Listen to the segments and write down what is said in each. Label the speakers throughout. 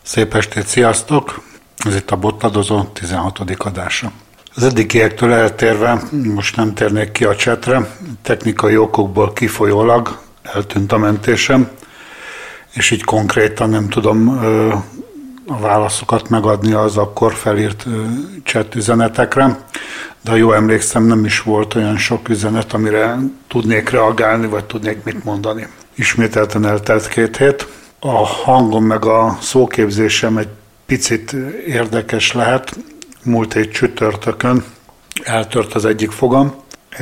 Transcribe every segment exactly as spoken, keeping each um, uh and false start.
Speaker 1: Szép estét, sziasztok! Ez itt a Botladozó tizenhatodik adása. Az eddigiektől eltérve, most nem térnék ki a csetre, technikai okokból kifolyólag eltűnt a mentésem, és így konkrétan nem tudom a válaszokat megadni az akkor felírt chat üzenetekre, de ha jól emlékszem, nem is volt olyan sok üzenet, amire tudnék reagálni, vagy tudnék mit mondani. Ismételten eltelt két hét. A hangom meg a szóképzésem egy picit érdekes lehet. Múlt hét csütörtökön eltört az egyik fogam,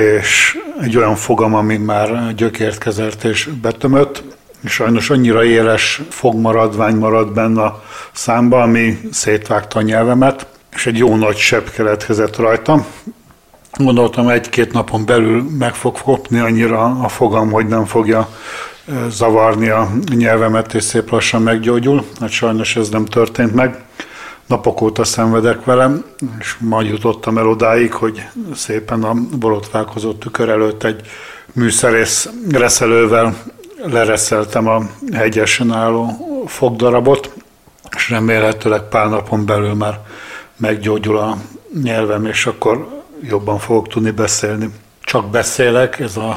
Speaker 1: és egy olyan fogam, ami már gyökért kezelt és betömött, és sajnos annyira éles fogmaradvány maradt benne a számba, ami szétvágta a nyelvemet, és egy jó nagy sebb keletkezett rajta. Gondoltam, egy-két napon belül meg fog kopni annyira a fogam, hogy nem fogja zavarni a nyelvemet, és szép lassan meggyógyul. Hát sajnos ez nem történt meg. Napok óta szenvedek velem, és majd jutottam el odáig, hogy szépen a borotválkozott tükör előtt egy műszerész reszelővel lereszeltem a hegyesen álló fogdarabot, és remélhetőleg pár napon belül már meggyógyul a nyelvem, és akkor jobban fogok tudni beszélni. Csak beszélek, ez a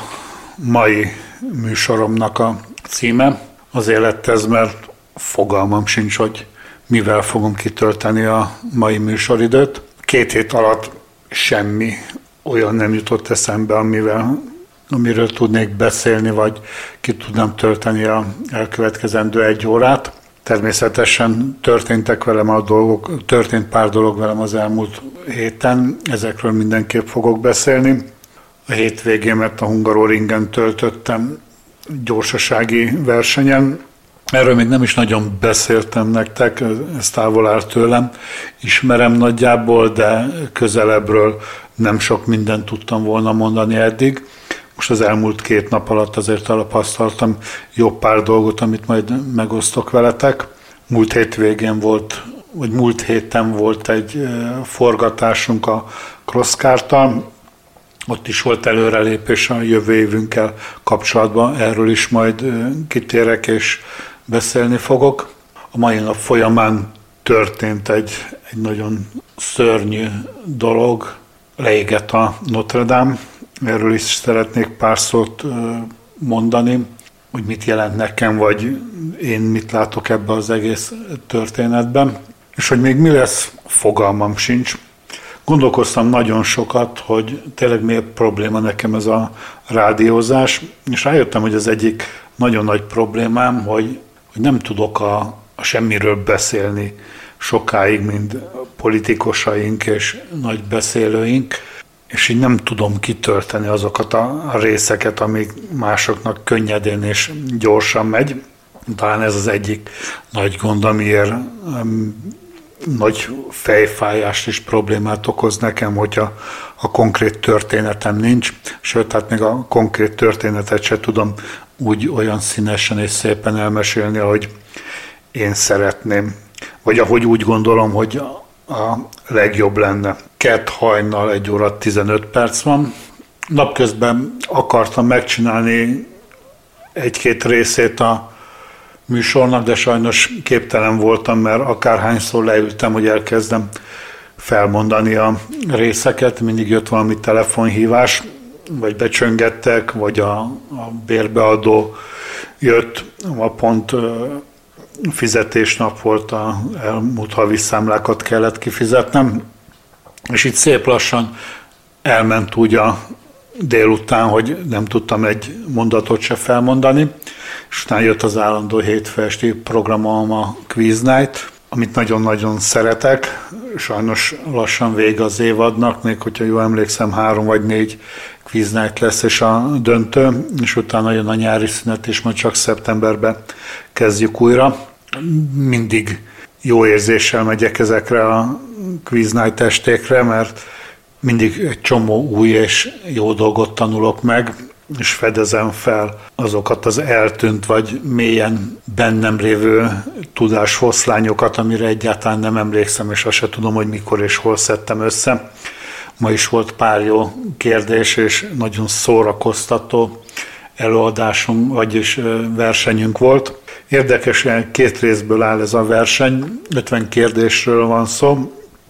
Speaker 1: mai műsoromnak a címe. Azért lett ez, mert fogalmam sincs, hogy mivel fogom kitölteni a mai műsoridőt. Két hét alatt semmi olyan nem jutott eszembe, amivel, amiről tudnék beszélni, vagy ki tudnám tölteni a elkövetkezendő egy órát. Természetesen történtek velem a dolgok, történt pár dolog velem az elmúlt héten, ezekről mindenképp fogok beszélni. A hétvégémet a Hungaroringen töltöttem gyorsasági versenyen. Erről még nem is nagyon beszéltem nektek, ez távol áll tőlem. Ismerem nagyjából, de közelebbről nem sok mindent tudtam volna mondani eddig. Most az elmúlt két nap alatt azért tapasztaltam jó pár dolgot, amit majd megosztok veletek. Múlt hétvégén volt, vagy múlt héten volt egy forgatásunk a CrossCart-tal. Ott is volt előrelépés a jövő évünkkel kapcsolatban, erről is majd kitérek és beszélni fogok. A mai nap folyamán történt egy, egy nagyon szörnyű dolog, leégett a Notre Dame, erről is szeretnék pár szót mondani, hogy mit jelent nekem, vagy én mit látok ebbe az egész történetben, és hogy még mi lesz, fogalmam sincs. Gondolkoztam nagyon sokat, hogy tényleg miért probléma nekem ez a rádiózás, és rájöttem, hogy az egyik nagyon nagy problémám, hogy, hogy nem tudok a, a semmiről beszélni sokáig, mint politikusaink és nagy beszélőink, és így nem tudom kitölteni azokat a, a részeket, amik másoknak könnyedén és gyorsan megy. Talán ez az egyik nagy gond, amiért um, nagy fejfájást és problémát okoz nekem, hogyha a konkrét történetem nincs, sőt, hát még a konkrét történetet se tudom úgy olyan színesen és szépen elmesélni, ahogy én szeretném, vagy ahogy úgy gondolom, hogy a legjobb lenne. Kett hajnal egy óra tizenöt perc van. Napközben akartam megcsinálni egy-két részét a műsornak, de sajnos képtelen voltam, mert akárhányszor leültem, hogy elkezdem felmondani a részeket, mindig jött valami telefonhívás, vagy becsöngettek, vagy a, a bérbeadó jött, a pont fizetésnap volt, a elmúlt havi számlákat kellett kifizetnem, és itt szép lassan elment úgy a délután, hogy nem tudtam egy mondatot se felmondani, és utána jött az állandó hétfő esti programom, a Quiz Night, amit nagyon-nagyon szeretek. Sajnos lassan vége az évadnak, még hogyha jól emlékszem, három vagy négy Quiz Night lesz, és a döntő, és utána jön a nyári szünet, és majd csak szeptemberben kezdjük újra. Mindig jó érzéssel megyek ezekre a Quiz Night estékre, mert mindig egy csomó új és jó dolgot tanulok meg, és fedezem fel azokat az eltűnt vagy mélyen bennem lévő tudásfoszlányokat, amire egyáltalán nem emlékszem, és azt se tudom, hogy mikor és hol szedtem össze. Ma is volt pár jó kérdés, és nagyon szórakoztató előadásunk, vagyis versenyünk volt, Érdekesen két részből áll ez a verseny, ötven kérdésről van szó,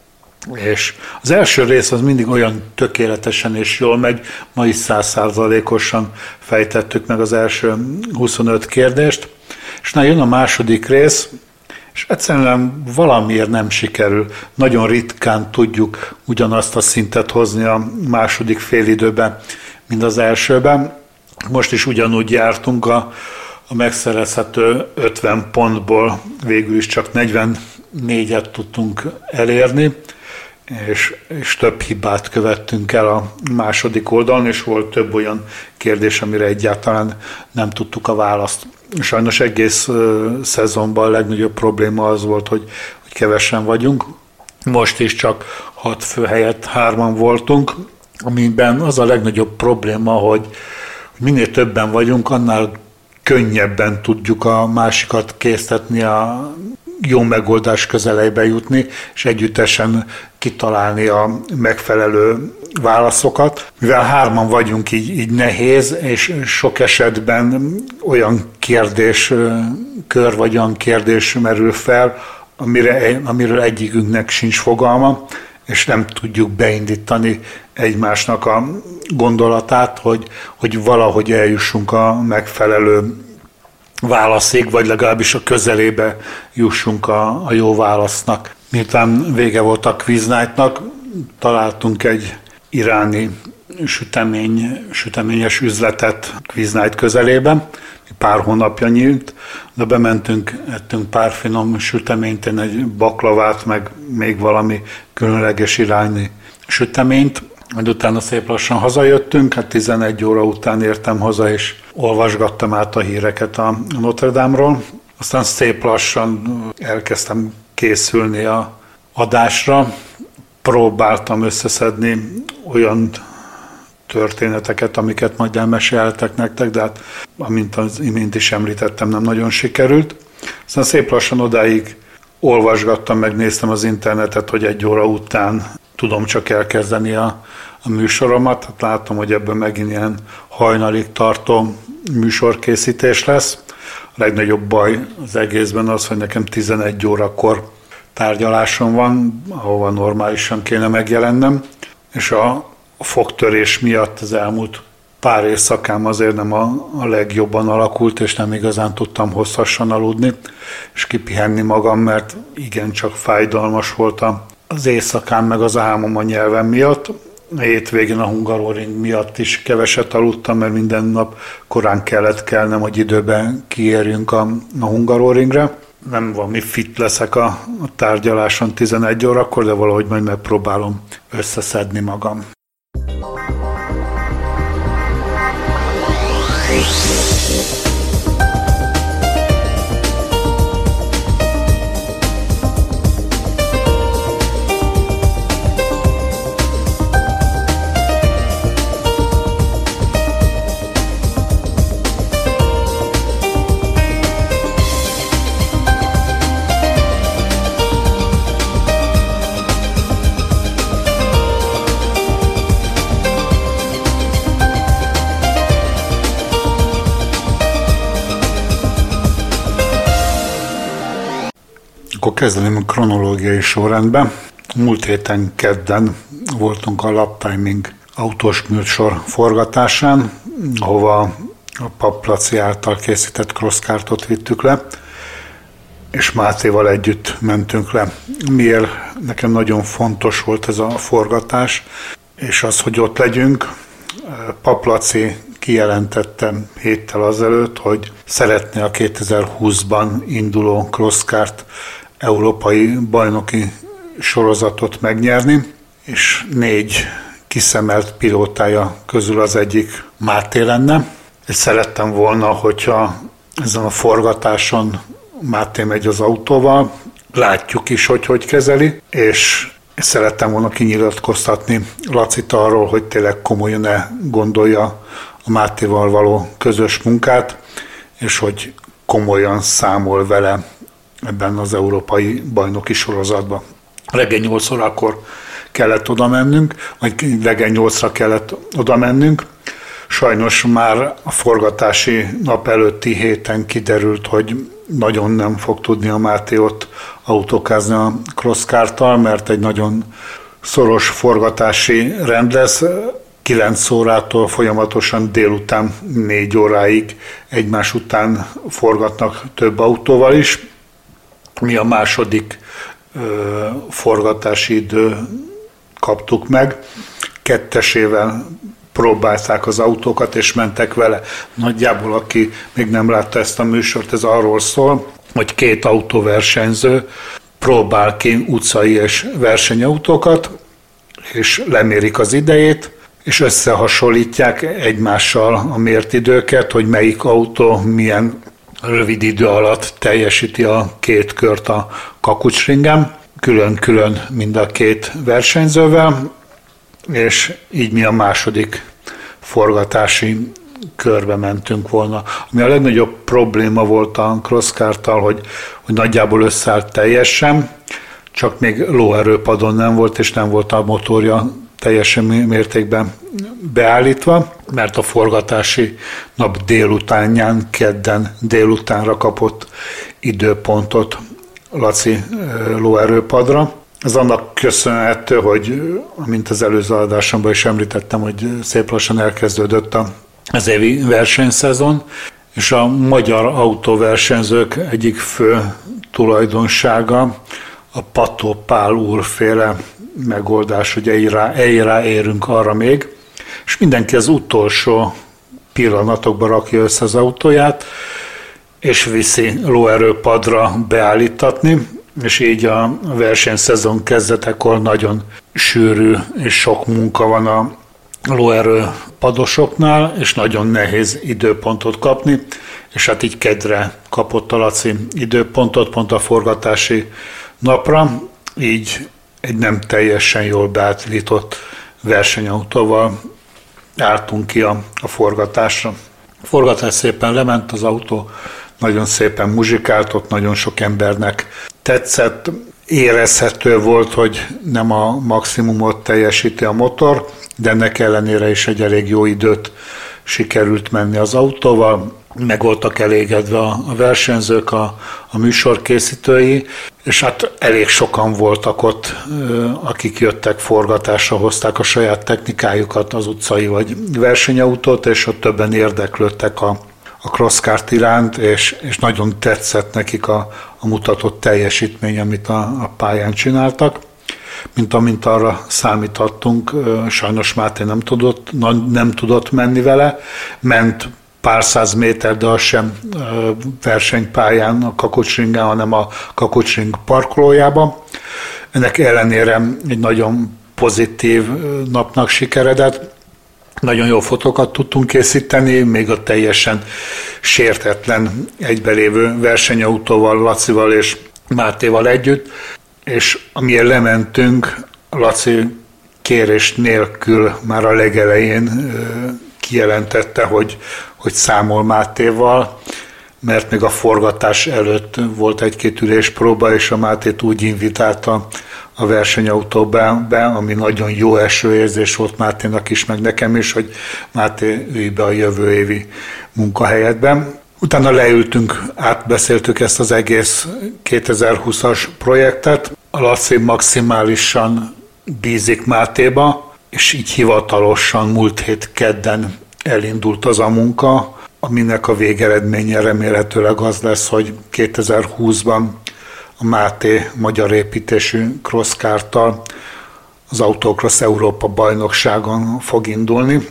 Speaker 1: és az első rész az mindig olyan tökéletesen és jól megy, ma is száz százalékosan fejtettük meg az első huszonöt kérdést, és na jön a második rész, és egyszerűen valamiért nem sikerül. Nagyon ritkán tudjuk ugyanazt a szintet hozni a második félidőben, mint az elsőben. Most is ugyanúgy jártunk, a, a megszerezhető ötven pontból végül is csak negyvennégyet tudtunk elérni, és, és több hibát követtünk el a második oldalon, és volt több olyan kérdés, amire egyáltalán nem tudtuk a választ. Sajnos egész uh, szezonban a legnagyobb probléma az volt, hogy, hogy kevesen vagyunk. Most is csak hat fő helyett hárman voltunk, amiben az a legnagyobb probléma, hogy minél többen vagyunk, annál könnyebben tudjuk a másikat késztetni, a jó megoldás közeleibe jutni, és együttesen kitalálni a megfelelő válaszokat. Mivel hárman vagyunk, így, így nehéz, és sok esetben olyan kérdéskör vagy olyan kérdés merül fel, amire, amiről egyikünknek sincs fogalma, és nem tudjuk beindítani egymásnak a gondolatát, hogy, hogy valahogy eljussunk a megfelelő válaszig, vagy legalábbis a közelébe jussunk a, a jó válasznak. Miután vége volt a Quiz Night-nak, találtunk egy iráni sütemény, süteményes üzletet Quiz Night közelében, pár hónapja nyílt, de bementünk, ettünk pár finom süteményt, egy baklavát, meg még valami különleges iráni süteményt, majd utána szép lassan hazajöttünk, hát tizenegy óra után értem haza, és olvasgattam át a híreket a Notre Dame-ról. Aztán szép lassan elkezdtem készülni a adásra, próbáltam összeszedni olyan történeteket, amiket majd elmeséltek nektek, de hát amint az imént is említettem, nem nagyon sikerült. Aztán szép lassan odáig olvasgattam, megnéztem az internetet, hogy egy óra után tudom csak elkezdeni a, a műsoromat. Hát látom, hogy ebből megint ilyen hajnalig tartó műsorkészítés lesz. A legnagyobb baj az egészben az, hogy nekem tizenegy órakor tárgyalásom van, ahova normálisan kéne megjelennem, és a A fogtörés miatt az elmúlt pár éjszakám azért nem a, a legjobban alakult, és nem igazán tudtam hosszasan aludni, és kipihenni magam, mert igencsak fájdalmas volt az éjszakám, meg az álmom a nyelvem miatt. A hétvégén a Hungaroring miatt is keveset aludtam, mert minden nap korán kellett kelnem, hogy időben kiérjünk a, a Hungaroringre. Nem valami fit leszek a, a tárgyaláson tizenegy órakor, de valahogy majd megpróbálom összeszedni magam. Akkor kezdeném a kronológiai sorrendben. Múlt héten kedden voltunk a Lap Timing autós műsor forgatásán, ahova a Papp Laci által készített crosskartot vittük le, és Mátéval együtt mentünk le. Miért nekem nagyon fontos volt ez a forgatás, és az, hogy ott legyünk. Papp Laci kijelentette héttel azelőtt, hogy szeretné a kétezer-húszban induló crosskart európai bajnoki sorozatot megnyerni, és négy kiszemelt pilótája közül az egyik Máté lenne. És szerettem volna, hogyha ezen a forgatáson Máté megy az autóval, látjuk is, hogy hogy kezeli, és szerettem volna kinyilatkoztatni Lacit arról, hogy tényleg komolyan ne gondolja a Mátéval való közös munkát, és hogy komolyan számol vele ebben az európai bajnoki sorozatban. Reggel nyolc órakor kellett oda mennünk, vagy reggel nyolcra kellett oda mennünk. Sajnos már a forgatási nap előtti héten kiderült, hogy nagyon nem fog tudni a Máté ott autókázni a crosskárttal, mert egy nagyon szoros forgatási rend lesz. kilenc órától folyamatosan délután négy óráig egymás után forgatnak több autóval is. Mi a második ö, forgatási idő kaptuk meg. Kettesével próbálták az autókat, és mentek vele. Nagyjából, aki még nem látta ezt a műsort, ez arról szól, hogy két autóversenyző próbál ki utcai és versenyautókat, és lemérik az idejét, és összehasonlítják egymással a mért időket, hogy melyik autó milyen rövid idő alatt teljesíti a két kört a kakucsringen, külön-külön mind a két versenyzővel, és így mi a második forgatási körbe mentünk volna. Ami a legnagyobb probléma volt a crosskárttal, hogy, hogy nagyjából összeállt teljesen, csak még lóerőpadon nem volt, és nem volt a motorja teljesen mértékben beállítva, mert a forgatási nap délutánján, kedden délutánra kapott időpontot Laci lóerőpadra. Ez annak köszönhető, hogy amint az előző adásomban is említettem, hogy szép lassan elkezdődött az évi versenyszezon, és a magyar autóversenyzők egyik fő tulajdonsága a Pató Pál úrféle megoldás, hogy eljrá érünk arra még, és mindenki az utolsó pillanatokban rakja össze az autóját, és viszi lóerőpadra beállítatni, és így a versenyszezon kezdetekor nagyon sűrű és sok munka van a lóerőpadosoknál, és nagyon nehéz időpontot kapni, és hát így kedre kapott a Laci időpontot, pont a forgatási napra, így egy nem teljesen jól beállított versenyautóval álltunk ki a, a forgatásra. A forgatás szépen lement, az autó nagyon szépen muzsikált, ott nagyon sok embernek tetszett, érezhető volt, hogy nem a maximumot teljesíti a motor, de ennek ellenére is egy elég jó időt sikerült menni az autóval, meg voltak elégedve a versenyzők, a, a műsorkészítői, és hát elég sokan voltak ott, akik jöttek forgatásra, hozták a saját technikájukat, az utcai vagy versenyautót, és ott többen érdeklődtek a, a crosskart iránt, és, és nagyon tetszett nekik a, a mutatott teljesítmény, amit a, a pályán csináltak. Mint amint arra számítottunk, sajnos Máté nem tudott, nem tudott menni vele, ment pár száz méter, de az sem versenypályán, a Kakucsringen, hanem a Kakucsring parkolójában. Ennek ellenére egy nagyon pozitív napnak sikeredett. Nagyon jó fotókat tudtunk készíteni, még a teljesen sértetlen egybelévő versenyautóval, Lacival és Mátéval együtt, és amiért lementünk, Laci kérés nélkül már a legelején kijelentette, hogy, hogy számol Mátéval, mert még a forgatás előtt volt egy-két üléspróba, és a Mátét úgy invitálta a versenyautóba be, ami nagyon jó esőérzés volt Máténak is, meg nekem is, hogy Máté ülj be a jövő évi munkahelyedben. Utána leültünk, átbeszéltük ezt az egész kétezer-húszas projektet. A Laci maximálisan bízik Mátéba, és így hivatalosan múlt hét kedden elindult az a munka, aminek a végeredménye remélhetőleg az lesz, hogy kétezer-húszban a Máté magyar építésű crosskárttal az Autocross Európa bajnokságon fog indulni.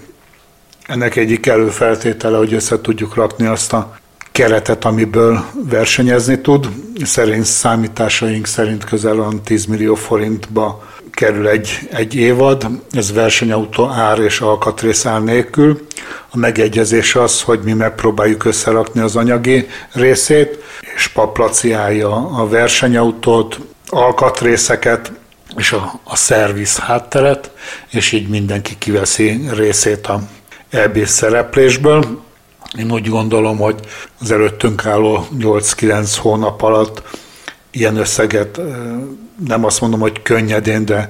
Speaker 1: Ennek egyik előfeltétele, hogy össze tudjuk rakni azt a keretet, amiből versenyezni tud. Szerint számításaink szerint közel olyan tíz millió forintba kerül egy, egy évad, ez versenyautó ár és alkatrész ár nélkül. A megegyezés az, hogy mi megpróbáljuk összerakni az anyagi részét, és Paplaci állja a versenyautót, alkatrészeket és a, a szerviz hátteret, és így mindenki kiveszi részét a é bé szereplésből. Én úgy gondolom, hogy az előttünk álló nyolc-kilenc hónap alatt ilyen összeget nem azt mondom, hogy könnyedén, de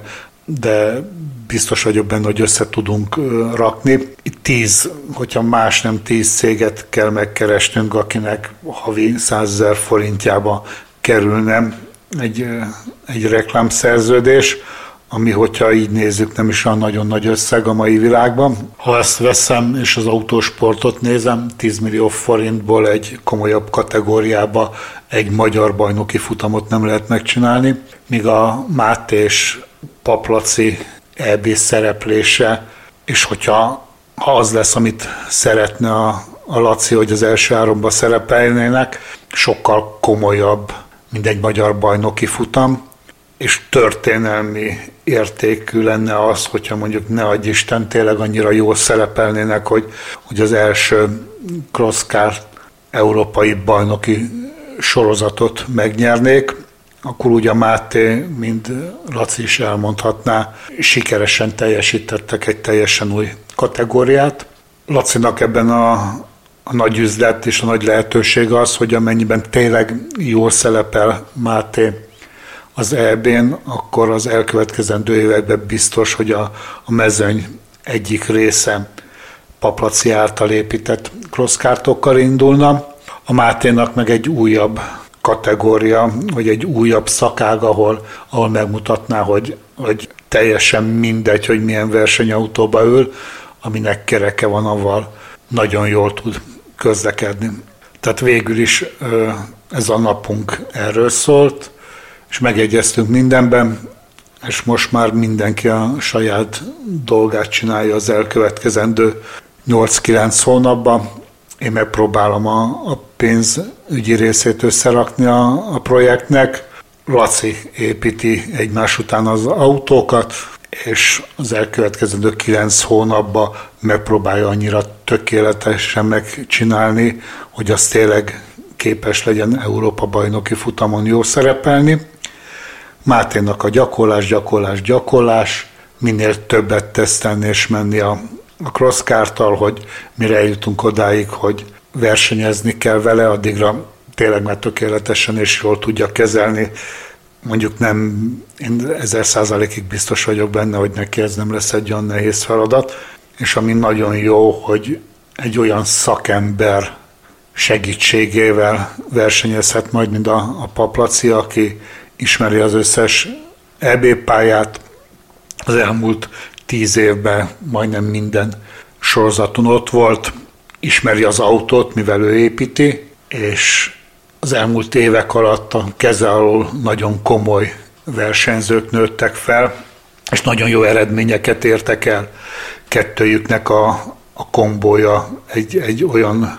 Speaker 1: de biztos vagyok benne, hogy össze tudunk rakni. Itt tíz, hogyha más nem tíz céget kell megkeresnünk, akinek havi százezer forintjába kerülne egy, egy reklámszerződés, ami, hogyha így nézzük, nem is olyan nagyon nagy összeg a mai világban. Ha ezt veszem, és az autósportot nézem, tíz millió forintból egy komolyabb kategóriába egy magyar bajnoki futamot nem lehet megcsinálni, míg a Mátés Paplaci é bé szereplése, és hogyha ha az lesz, amit szeretne a, a Laci, hogy az első háromba szerepelnének, sokkal komolyabb, mint egy magyar bajnoki futam, és történelmi értékű lenne az, hogyha mondjuk ne adj Isten, tényleg annyira jól szerepelnének, hogy, hogy az első crosskart európai bajnoki sorozatot megnyernék, akkor úgy a Máté, mint Laci is elmondhatná, sikeresen teljesítettek egy teljesen új kategóriát. Lacinak ebben a, a nagy üzlet és a nagy lehetőség az, hogy amennyiben tényleg jól szerepel Máté az é bén, akkor az elkövetkezendő években biztos, hogy a, a mezőny egyik része Paplaci által épített crosskártokkal indulna. A Máténak meg egy újabb kategória, vagy egy újabb szakág, ahol, ahol megmutatná, hogy, hogy teljesen mindegy, hogy milyen versenyautóba ül, aminek kereke van, avval nagyon jól tud közlekedni. Tehát végül is ez a napunk erről szólt, és megegyeztünk mindenben, és most már mindenki a saját dolgát csinálja az elkövetkezendő nyolc-kilenc hónapban. Én megpróbálom a, a pénzügyi részét összerakni a, a projektnek. Laci építi egymás után az autókat, és az elkövetkezendő kilenc hónapban megpróbálja annyira tökéletesen megcsinálni, hogy az tényleg képes legyen Európa bajnoki futamon jól szerepelni. Máténak a gyakorlás, gyakorlás, gyakorlás, minél többet tesztelni és menni a, a crosskárttal, hogy mire eljutunk odáig, hogy versenyezni kell vele, addigra tényleg már tökéletesen és jól tudja kezelni. Mondjuk nem, én ezer százalékig biztos vagyok benne, hogy neki ez nem lesz egy olyan nehéz feladat, és ami nagyon jó, hogy egy olyan szakember segítségével versenyezhet majd, mint a, a Paplaci, aki ismeri az összes é bé pályát, az elmúlt tíz évben majdnem minden sorozaton ott volt, ismeri az autót, mivel ő építi, és az elmúlt évek alatt a keze alól nagyon komoly versenyzők nőttek fel, és nagyon jó eredményeket értek el. Kettőjüknek a, a kombója egy, egy olyan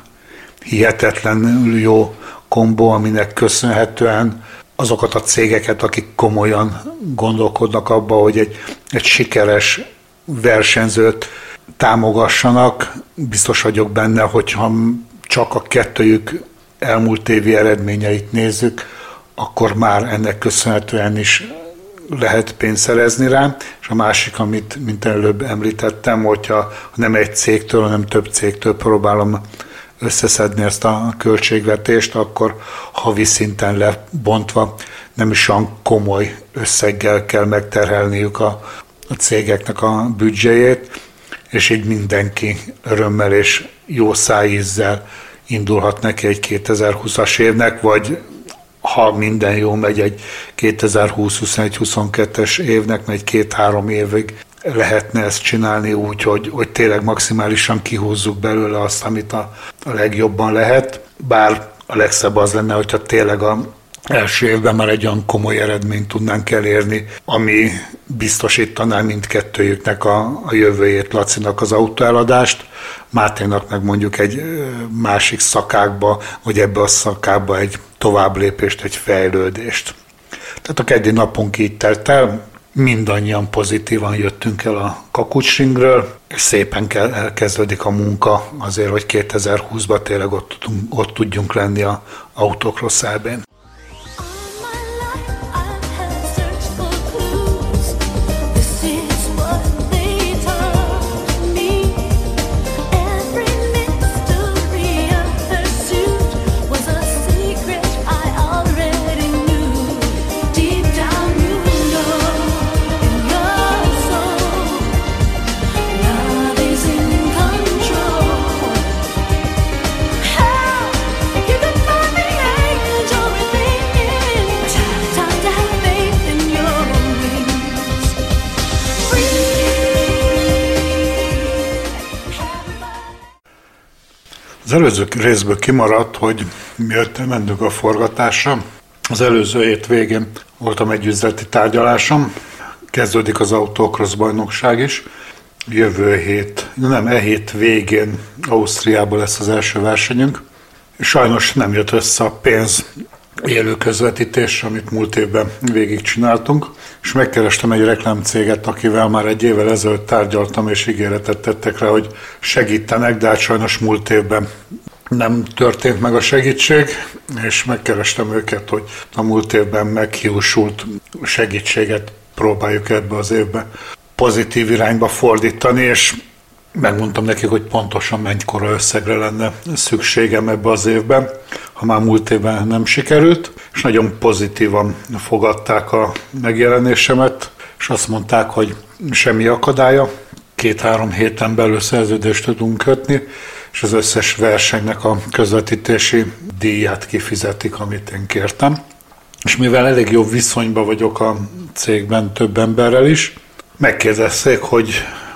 Speaker 1: hihetetlenül jó kombó, aminek köszönhetően azokat a cégeket, akik komolyan gondolkodnak abba, hogy egy, egy sikeres versenyzőt támogassanak. Biztos vagyok benne, hogyha csak a kettőjük elmúlt évi eredményeit nézzük, akkor már ennek köszönhetően is lehet pénzt szerezni rá. És a másik, amit mint előbb említettem, hogyha nem egy cégtől, hanem több cégtől próbálom összeszedni ezt a költségvetést, akkor havi szinten lebontva nem is olyan komoly összeggel kell megterhelniük a, a cégeknek a büdzséjét, és így mindenki örömmel és jó szájízzel indulhat neki egy kétezer-húszas évnek, vagy ha minden jó megy, egy kétezer-húsz, huszonegy, huszonkettes évnek, megy két-három évig lehetne ezt csinálni úgy, hogy, hogy tényleg maximálisan kihúzzuk belőle azt, amit a, a legjobban lehet. Bár a legszebb az lenne, hogyha tényleg a első évben már egy olyan komoly eredményt tudnánk elérni, ami biztosítaná mindkettőjüknek a, a jövőjét, Lacinak az autóeladást, Máténak meg mondjuk egy másik szakákba, vagy ebbe a szakákba egy továbblépést, egy fejlődést. Tehát a keddi napunk így telt el, mindannyian pozitívan jöttünk el a Kakucsringről, és szépen kell, elkezdődik a munka azért, hogy kétezer-húszban tényleg ott, ott tudjunk lenni a Autocross é bén. Az előző részből kimaradt, hogy miért mentünk a forgatásra. Az előző hét végén voltam egy üzleti tárgyalásom, kezdődik az Autocross bajnokság is. Jövő hét, nem, e hét végén Ausztriában lesz az első versenyünk. Sajnos nem jött össze a pénz élő közvetítésre, amit múlt évben végigcsináltunk, és megkerestem egy reklámcéget, akivel már egy évvel ezelőtt tárgyaltam, és ígéretet tettek rá, hogy segítenek, de hát sajnos múlt évben nem történt meg a segítség, és megkerestem őket, hogy a múlt évben meghiúsult segítséget próbáljuk ebbe az évbe pozitív irányba fordítani, és megmondtam nekik, hogy pontosan mennyikora összegre lenne szükségem ebbe az évben, ha már múlt évben nem sikerült, és nagyon pozitívan fogadták a megjelenésemet, és azt mondták, hogy semmi akadálya, két-három héten belül szerződést tudunk kötni, és az összes versenynek a közvetítési díját kifizetik, amit én kértem. És mivel elég jó viszonyban vagyok a cégben több emberrel is, megkérdezték, hogy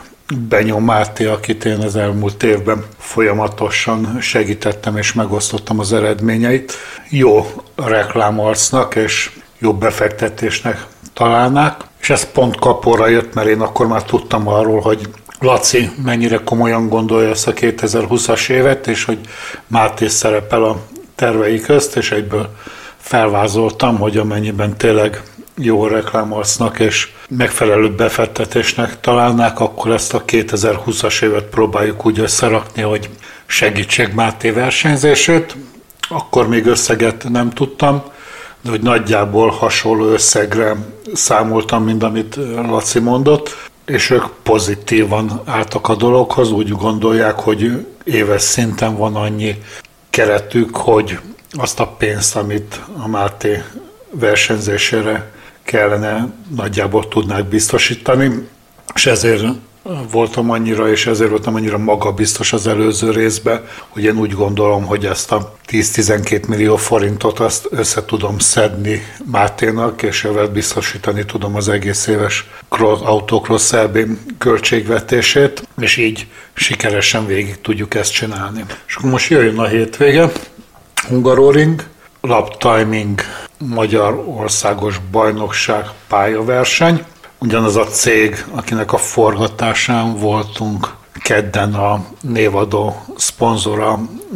Speaker 1: Benyó Máté, akit én az elmúlt évben folyamatosan segítettem és megosztottam az eredményeit, jó reklámarcnak és jó befektetésnek találnák, és ez pont kapóra jött, mert én akkor már tudtam arról, hogy Laci mennyire komolyan gondolja ezt a kétezer-húszas évet, és hogy Máté szerepel a tervei közt, és egyből felvázoltam, hogy amennyiben tényleg jó reklámarcnak és megfelelő befektetésnek találnák, akkor ezt a kétezer-húszas évet próbáljuk úgy összerakni, hogy segítség Máté versenyzését. Akkor még összeget nem tudtam, de hogy nagyjából hasonló összegre számoltam, mint amit Laci mondott, és ők pozitívan álltak a dologhoz, úgy gondolják, hogy éves szinten van annyi keretük, hogy azt a pénzt, amit a Máté versenyzésére kellene, nagyjából tudnák biztosítani, és ezért voltam annyira, és ezért voltam annyira magabiztos az előző részben, hogy én úgy gondolom, hogy ezt a tíz-tizenkét millió forintot azt össze tudom szedni Máténak, és ezzel biztosítani tudom az egész éves Autocross é bé költségvetését, és így sikeresen végig tudjuk ezt csinálni. És akkor most jöjjön a hétvége, Hungaroring, Lap Timing Magyar Országos Bajnokság pályaverseny. Ugyanaz a cég, akinek a forgatásán voltunk kedden a névadó szponzora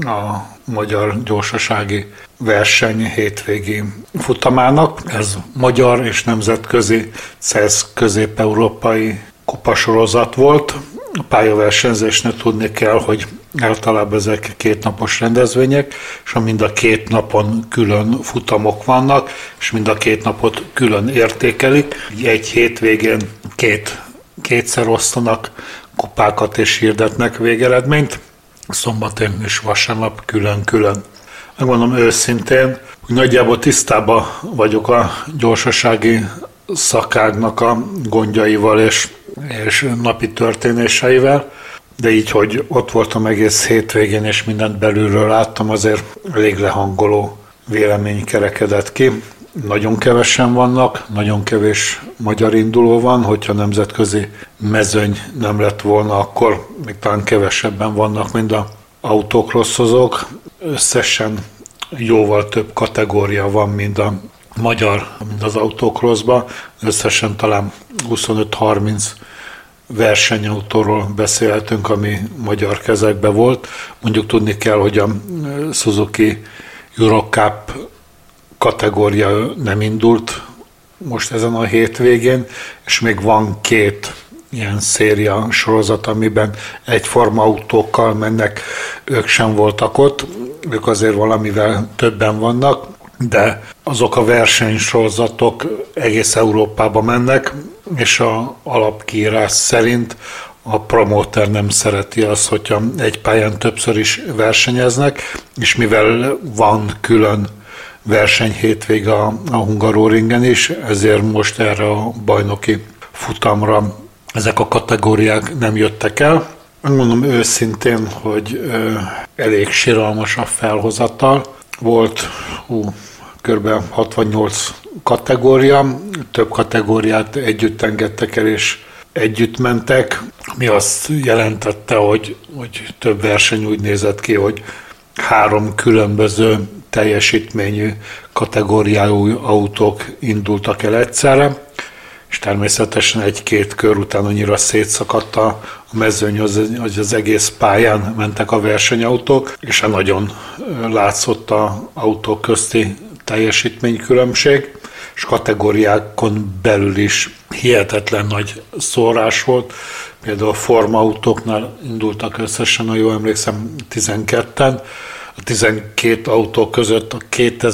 Speaker 1: a Magyar Gyorsasági Verseny hétvégi futamának. Ez magyar és nemzetközi cé e es közép-európai kupasorozat volt. A pályaversenyzésnél tudni kell, hogy általában ezek kétnapos rendezvények, és mind a két napon külön futamok vannak, és mind a két napot külön értékelik. Egy hétvégén két, kétszer osztanak kupákat és hirdetnek végeredményt, szombaton és vasárnap külön-külön. Megmondom őszintén, hogy nagyjából tisztában vagyok a gyorsasági szakágnak a gondjaival és, és napi történéseivel, de így, hogy ott voltam egész hétvégén, és mindent belülről láttam, azért elég lehangoló vélemény kerekedett ki. Nagyon kevesen vannak, nagyon kevés magyar induló van, hogyha nemzetközi mezőny nem lett volna, akkor még talán kevesebben vannak, mint az autocrosszozók. Összesen jóval több kategória van, mint a magyar, mint az autocrossban. Összesen talán huszonöt-harminc versenyautóról beszélhetünk, ami magyar kezekben volt. Mondjuk tudni kell, hogy a Suzuki Eurocup kategória nem indult most ezen a hétvégén, és még van két ilyen széria sorozat, amiben egyforma autókkal mennek, ők sem voltak ott, ők azért valamivel többen vannak, de azok a versenysorozatok egész Európába mennek, és a alapkiírás szerint a promóter nem szereti azt, hogyha egy pályán többször is versenyeznek, és mivel van külön verseny hétvége a, a Hungaroringen is, ezért most erre a bajnoki futamra ezek a kategóriák nem jöttek el. Mondom őszintén, hogy ö, elég siralmas a felhozatal. Volt hú, kb. hatvannyolc kategória, több kategóriát együtt engedtek el, és együtt mentek, mi azt jelentette, hogy, hogy több verseny úgy nézett ki, hogy három különböző teljesítményű kategóriájú autók indultak el egyszerre, és természetesen egy-két kör után annyira szétszakadt a mezőny, hogy az egész pályán mentek a versenyautók, és nagyon látszott az autók közti teljesítménykülönbség, és kategóriákon belül is hihetetlen nagy szórás volt. Például a formautóknál indultak összesen, ha jól emlékszem, tizenketten. A tizenkét autó között a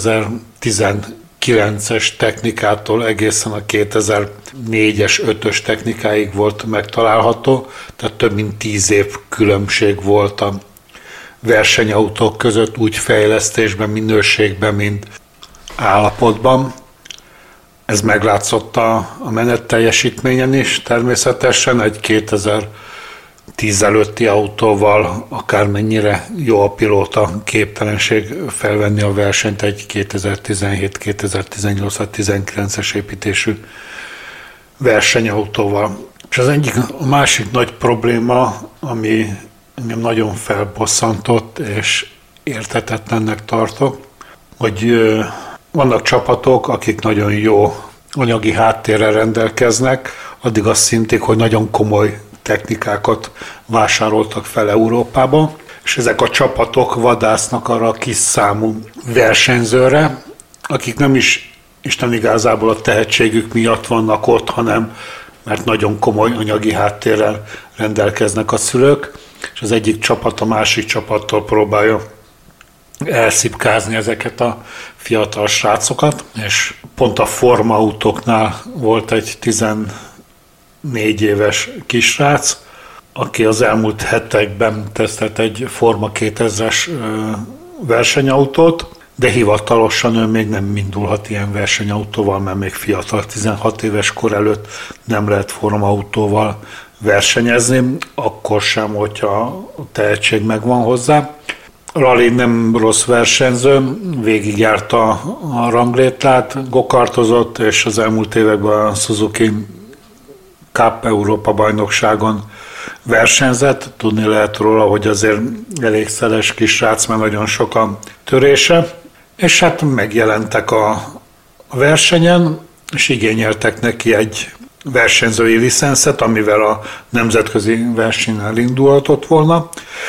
Speaker 1: kétezer-tizenkilences technikától egészen a kétezer-négyes, ötös technikáig volt megtalálható, tehát több mint tíz év különbség volt a versenyautók között, úgy fejlesztésben, minőségben, mint állapotban. Ez meglátszott a, a menet teljesítményen is, természetesen egy kétezer-tíz előtti autóval akármennyire jó a pilóta, képtelenség felvenni a versenyt egy kétezer-tizenhét, kétezer-tizennyolc vagy tizenkilences építésű versenyautóval. És az egyik, a másik nagy probléma, ami engem nagyon felbosszantott és érthetetlennek tartok, hogy vannak csapatok, akik nagyon jó anyagi háttérrel rendelkeznek, addig azt szintig, hogy nagyon komoly technikákat vásároltak fel Európába, és ezek a csapatok vadásznak arra a kis számú versenyzőre, akik nem is Isten igazából a tehetségük miatt vannak ott, hanem mert nagyon komoly anyagi háttérrel rendelkeznek a szülők, és az egyik csapat a másik csapattól próbálja elszipkázni ezeket a fiatal srácokat, és pont a formautóknál volt egy tizennégy éves kisrác, aki az elmúlt hetekben tesztelt egy Forma kétezres versenyautót, de hivatalosan ő még nem indulhat ilyen versenyautóval, mert még fiatal, tizenhat éves kor előtt nem lehet formautóval versenyezni, akkor sem, hogyha a tehetség megvan hozzá. Rally nem rossz versenyző, végigjárta a ranglétrát, gokartozott, és az elmúlt években a Suzuki Cup Európa bajnokságon versenyzett. Tudni lehet róla, hogy azért elég szeles kis srác, mert nagyon sok a törése. És hát megjelentek a, a versenyen, és igényeltek neki egy versenyzői licenszet, amivel a nemzetközi versenyen elindulhatott volna.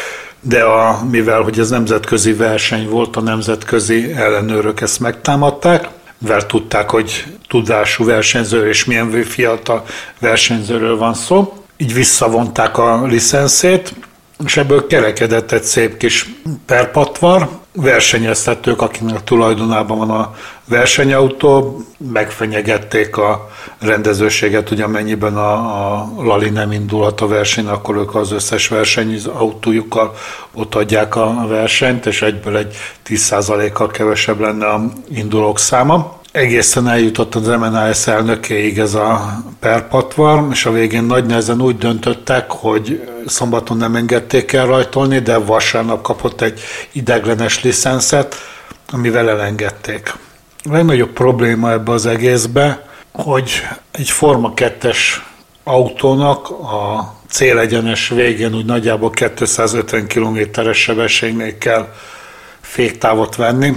Speaker 1: De a, mivel hogy ez nemzetközi verseny volt, a nemzetközi ellenőrök ezt megtámadták, mivel tudták, hogy tudású versenyző és milyen fiatal versenyzőről van szó, így visszavonták a licenszét, és ebből kerekedett egy szép kis perpatvar. Versenyeztetők, akinek tulajdonában van a versenyautó, megfenyegették a rendezőséget, hogy amennyiben a, a Lali nem indulhat a verseny, akkor ők az összes versenyautójukkal ott adják a versenyt, és egyből egy tíz százalékkal kevesebb lenne a indulók száma. Egészen eljutott az em en á es elnökéig ez a perpatvar, és a végén nagy nehezen úgy döntöttek, hogy szombaton nem engedték el rajtolni, de vasárnap kapott egy ideiglenes licenszet, amivel elengedték. A legnagyobb probléma ebbe az egészbe, hogy egy Forma kettes autónak a célegyenes végén úgy nagyjából kétszázötven kilométeres sebességnél kell féktávot venni,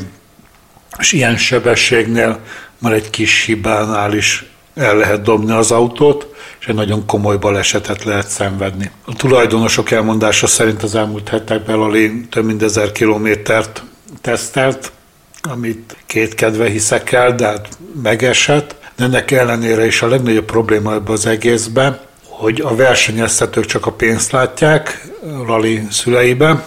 Speaker 1: és ilyen sebességnél már egy kis hibánál is el lehet dobni az autót, és egy nagyon komoly balesetet lehet szenvedni. A tulajdonosok elmondása szerint az elmúlt hetekben Lali több mint ezer kilométert tesztelt, amit kétkedve hiszek el, de hát megesett. De ennek ellenére is a legnagyobb probléma ebben az egészben, hogy a versenyeztetők csak a pénzt látják Lali szüleibe,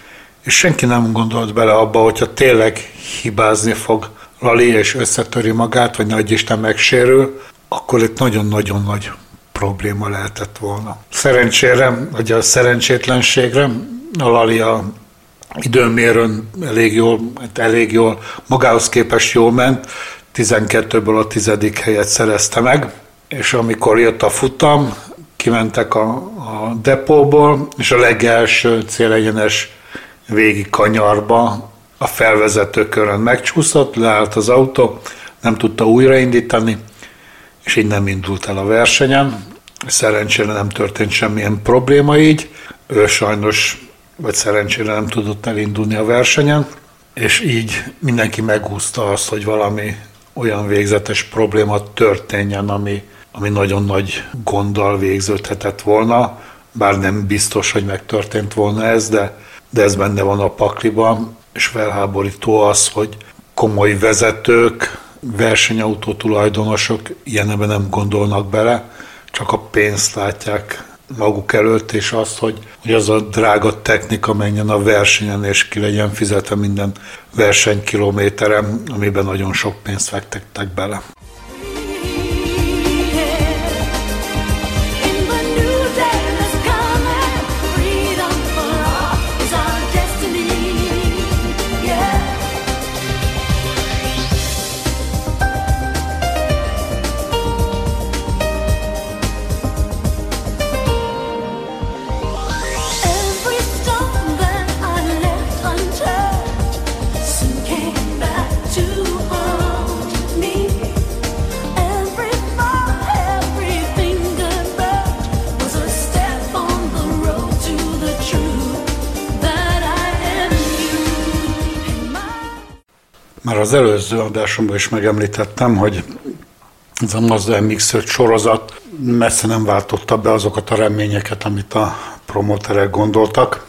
Speaker 1: és senki nem gondolt bele abba, hogyha tényleg hibázni fog Lali és összetöri magát, vagy nagy Isten megsérül, akkor itt nagyon-nagyon nagy probléma lehetett volna. Szerencsére, vagy a szerencsétlenségre a Lali a időmérőn elég jól, elég jól, magához képest jól ment, tizenkettőből a tizedik helyet szerezte meg, és amikor jött a futam, kimentek a, a depóból, és a legelső célegyenes végig kanyarba a felvezető körön megcsúszott, leállt az autó, nem tudta újraindítani, és így nem indult el a versenyen. Szerencsére nem történt semmilyen probléma így. Ő sajnos vagy szerencsére nem tudott elindulni a versenyen, és így mindenki megúszta azt, hogy valami olyan végzetes probléma történjen, ami, ami nagyon nagy gonddal végződhetett volna, bár nem biztos, hogy megtörtént volna ez, de, de ez benne van a pakliban, és felháborító az, hogy komoly vezetők, versenyautó tulajdonosok ilyenben nem gondolnak bele, csak a pénzt látják maguk előtt, és azt, hogy, hogy az a drága technika menjen a versenyen, és ki legyen fizetve minden versenykilométeren, amiben nagyon sok pénzt fektettek bele. Már az előző adásomban is megemlítettem, hogy ez a Mazda em iksz öt sorozat messze nem váltotta be azokat a reményeket, amit a promóterek gondoltak.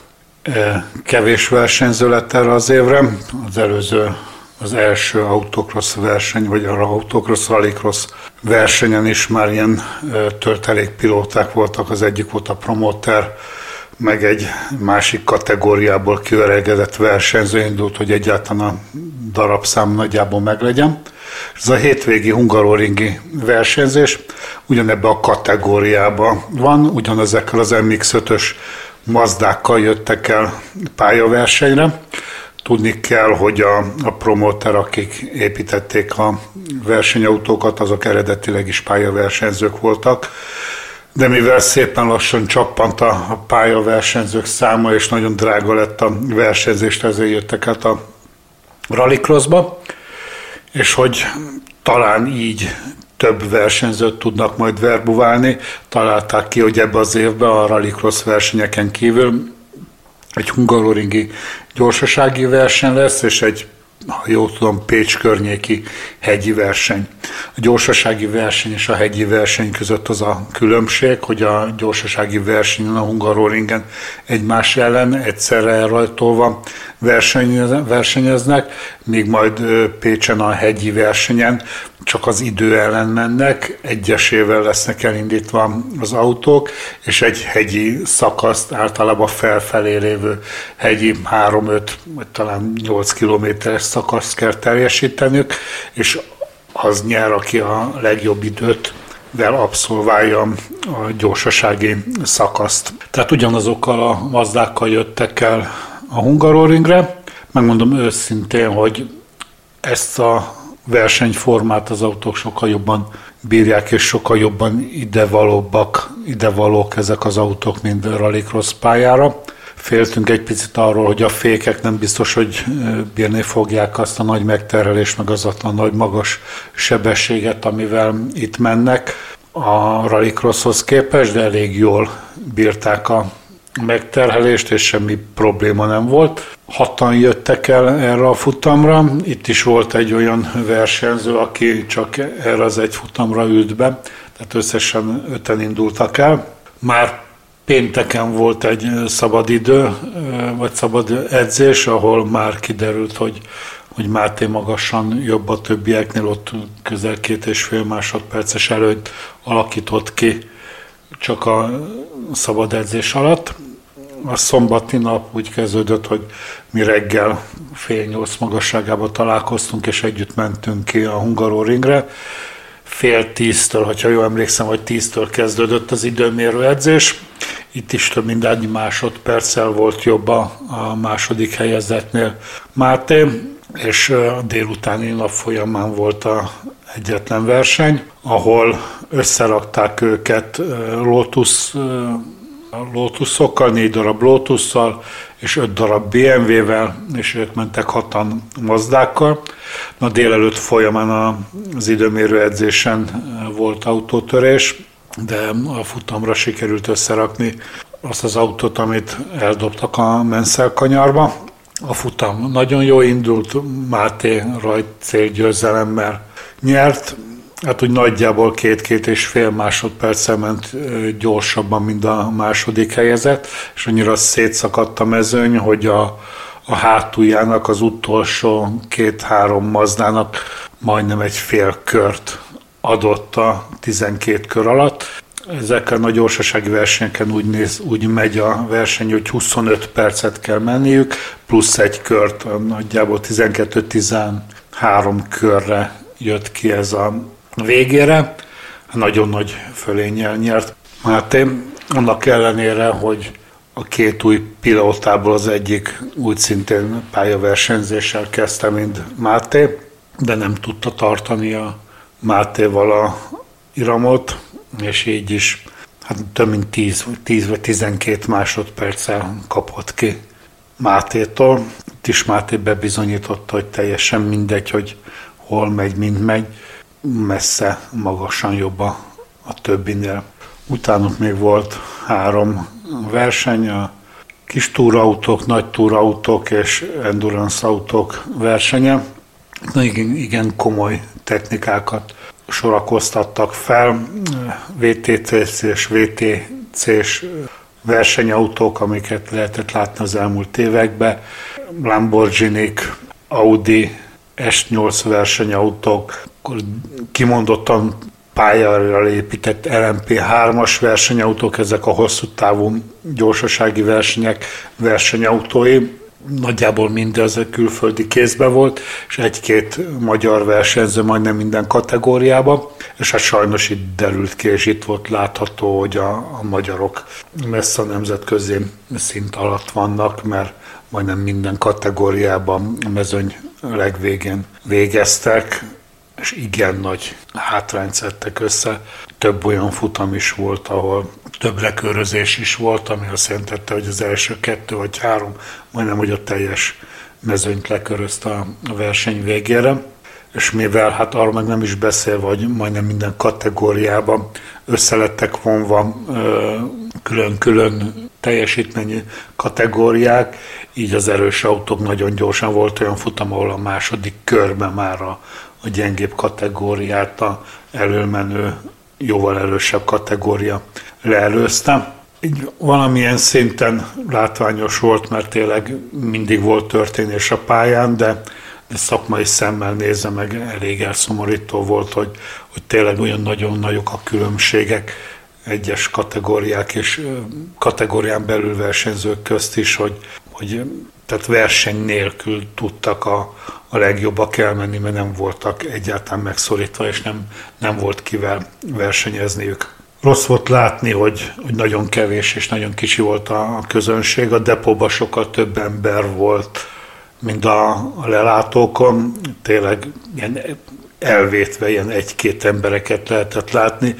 Speaker 1: Kevés versenyző lett erre az évre. Az előző, az első autocross verseny, vagy a autocross, rallycross versenyen is már ilyen töltelékpilóták voltak. Az egyik volt a promóter, meg egy másik kategóriából kiöregedett versenyző indult, hogy egyáltalán a darabszám nagyjából meglegyen. Ez a hétvégi hungaroringi versenyzés ugyanebben a kategóriában van, ugyanezekkel az em iksz ötös Mazdákkal jöttek el pályaversenyre. Tudni kell, hogy a, a promóter, akik építették a versenyautókat, azok eredetileg is pályaversenyzők voltak, de mivel szépen lassan csappant a pályaversenyzők száma, és nagyon drága lett a versenyzést, ezért jöttek át a rallycrossba, és hogy talán így több versenyzőt tudnak majd verbuválni, találták ki, hogy ebbe az évben a rallycross versenyeken kívül egy hungaroringi gyorsasági verseny lesz, és egy, ha jól tudom, Pécs környéki hegyi verseny. A gyorsasági verseny és a hegyi verseny között az a különbség, hogy a gyorsasági versenyen, a hungaroringen egymás ellen egyszerre elrajtolva versenyeznek, míg majd Pécsen a hegyi versenyen csak az idő ellen mennek, egyesével lesznek elindítva az autók, és egy hegyi szakaszt, általában felfelé lévő hegyi három-öt, vagy talán nyolc kilométeres szakaszt kell teljesíteniük, és az nyer, aki a legjobb időt vel abszolválja a gyorsasági szakaszt. Tehát ugyanazokkal a Mazdákkal jöttek el a Hungaroringre. Megmondom őszintén, hogy ezt a versenyformát az autók sokkal jobban bírják, és sokkal jobban idevalóbbak, idevalók ezek az autók, mint a rallycross pályára. Féltünk egy picit arról, hogy a fékek nem biztos, hogy bírni fogják azt a nagy megterhelést, meg az a nagy magas sebességet, amivel itt mennek a rallycrosshoz képest, de elég jól bírták a megterhelést, és semmi probléma nem volt. Hatan jöttek el erre a futamra. Itt is volt egy olyan versenyző, aki csak erre az egy futamra ült be, tehát összesen öten indultak el. Már pénteken volt egy szabadidő, vagy szabad edzés, ahol már kiderült, hogy, hogy Máté magasan jobb a többieknél, ott közel két és fél másodperces előtt alakított ki csak a szabad edzés alatt. A szombati nap úgy kezdődött, hogy mi reggel fél nyolc magasságában találkoztunk, és együtt mentünk ki a Hungaroringre. Fél tíztől, hogyha jól emlékszem, hogy tíztől kezdődött az időmérő edzés. Itt is több mint egy másodperccel volt jobb a, a második helyezettnél Máté, és a délutáni nap folyamán volt a egyetlen verseny, ahol összerakták őket Lotus, Lotusokkal, négy darab Lotusszal és öt darab bé em vé-vel, és ők mentek hatan Mazdákkal. Na, délelőtt folyamán az időmérő edzésen volt autótörés, de a futamra sikerült összerakni azt az autót, amit eldobtak a Mansell kanyarba. A futam nagyon jó indult, Máté rajt célgyőzelemmel nyert, hát úgy nagyjából két-két és fél másodperccel ment gyorsabban, mint a második helyezett, és annyira szétszakadt a mezőny, hogy a, a hátuljának az utolsó két-három Mazdának majdnem egy fél kört adott a tizenkét kör alatt. Ezekkel a gyorsasági versenyeken úgy, néz, úgy megy a verseny, hogy huszonöt percet kell menniük, plusz egy kört, nagyjából tizenkettő-tizenhárom körre jött ki ez a végére. Nagyon nagy fölénnyel nyert Máté, annak ellenére, hogy a két új pilótából az egyik úgy szintén pályaversenyzéssel kezdte, mint Máté, de nem tudta tartani a Mátéval a iramot, és így is hát több mint tíz vagy tizenkét másodperccel kapott ki Mátétól. Itt is Máté bebizonyította, hogy teljesen mindegy, hogy hol megy, mint megy, messze, magasan jobb a, a többinél. Utánuk még volt három verseny, a kis túrautók, nagy túrautók és endurance autók versenye. Na igen, igen komoly technikákat sorakoztattak fel, vé té cé és vé té cés versenyautók, amiket lehetett látni az elmúlt években, Lamborghinik, Audi, es nyolc versenyautók, kimondottan pályára épített el em pé hármas versenyautók, ezek a hosszú távú gyorsasági versenyek versenyautói. Nagyjából mindez a külföldi kézben volt, és egy-két magyar versenyző majdnem minden kategóriában, és hát sajnos itt derült ki, és itt volt látható, hogy a, a magyarok messze a nemzetközi szint alatt vannak, mert majdnem minden kategóriában a mezőny legvégén végeztek, és igen nagy hátrányt szedtek össze. Több olyan futam is volt, ahol több lekörözés is volt, ami azt jelentette, hogy az első kettő vagy három, majdnem, hogy a teljes mezőnyt lekörözte a verseny végére. És mivel, hát arról meg nem is beszélve, hogy majdnem minden kategóriában összelettek vonva külön-külön teljesítményi kategóriák, így az erős autók nagyon gyorsan volt olyan futam, ahol a második körben már a, a gyengébb kategóriát a elölmenő, jóval erősebb kategória leelőzte. Így valamilyen szinten látványos volt, mert tényleg mindig volt történés a pályán, de, de szakmai szemmel nézve meg elég elszomorító volt, hogy, hogy tényleg olyan nagyon nagyok a különbségek egyes kategóriák és kategórián belül versenyzők közt is, hogy, hogy tehát verseny nélkül tudtak a, a legjobbak elmenni, mert nem voltak egyáltalán megszorítva, és nem, nem volt kivel versenyezniük. Rossz volt látni, hogy, hogy nagyon kevés és nagyon kicsi volt a közönség. A depóban sokkal több ember volt, mint a, a lelátókon. Tényleg ilyen elvétve ilyen egy-két embereket lehetett látni.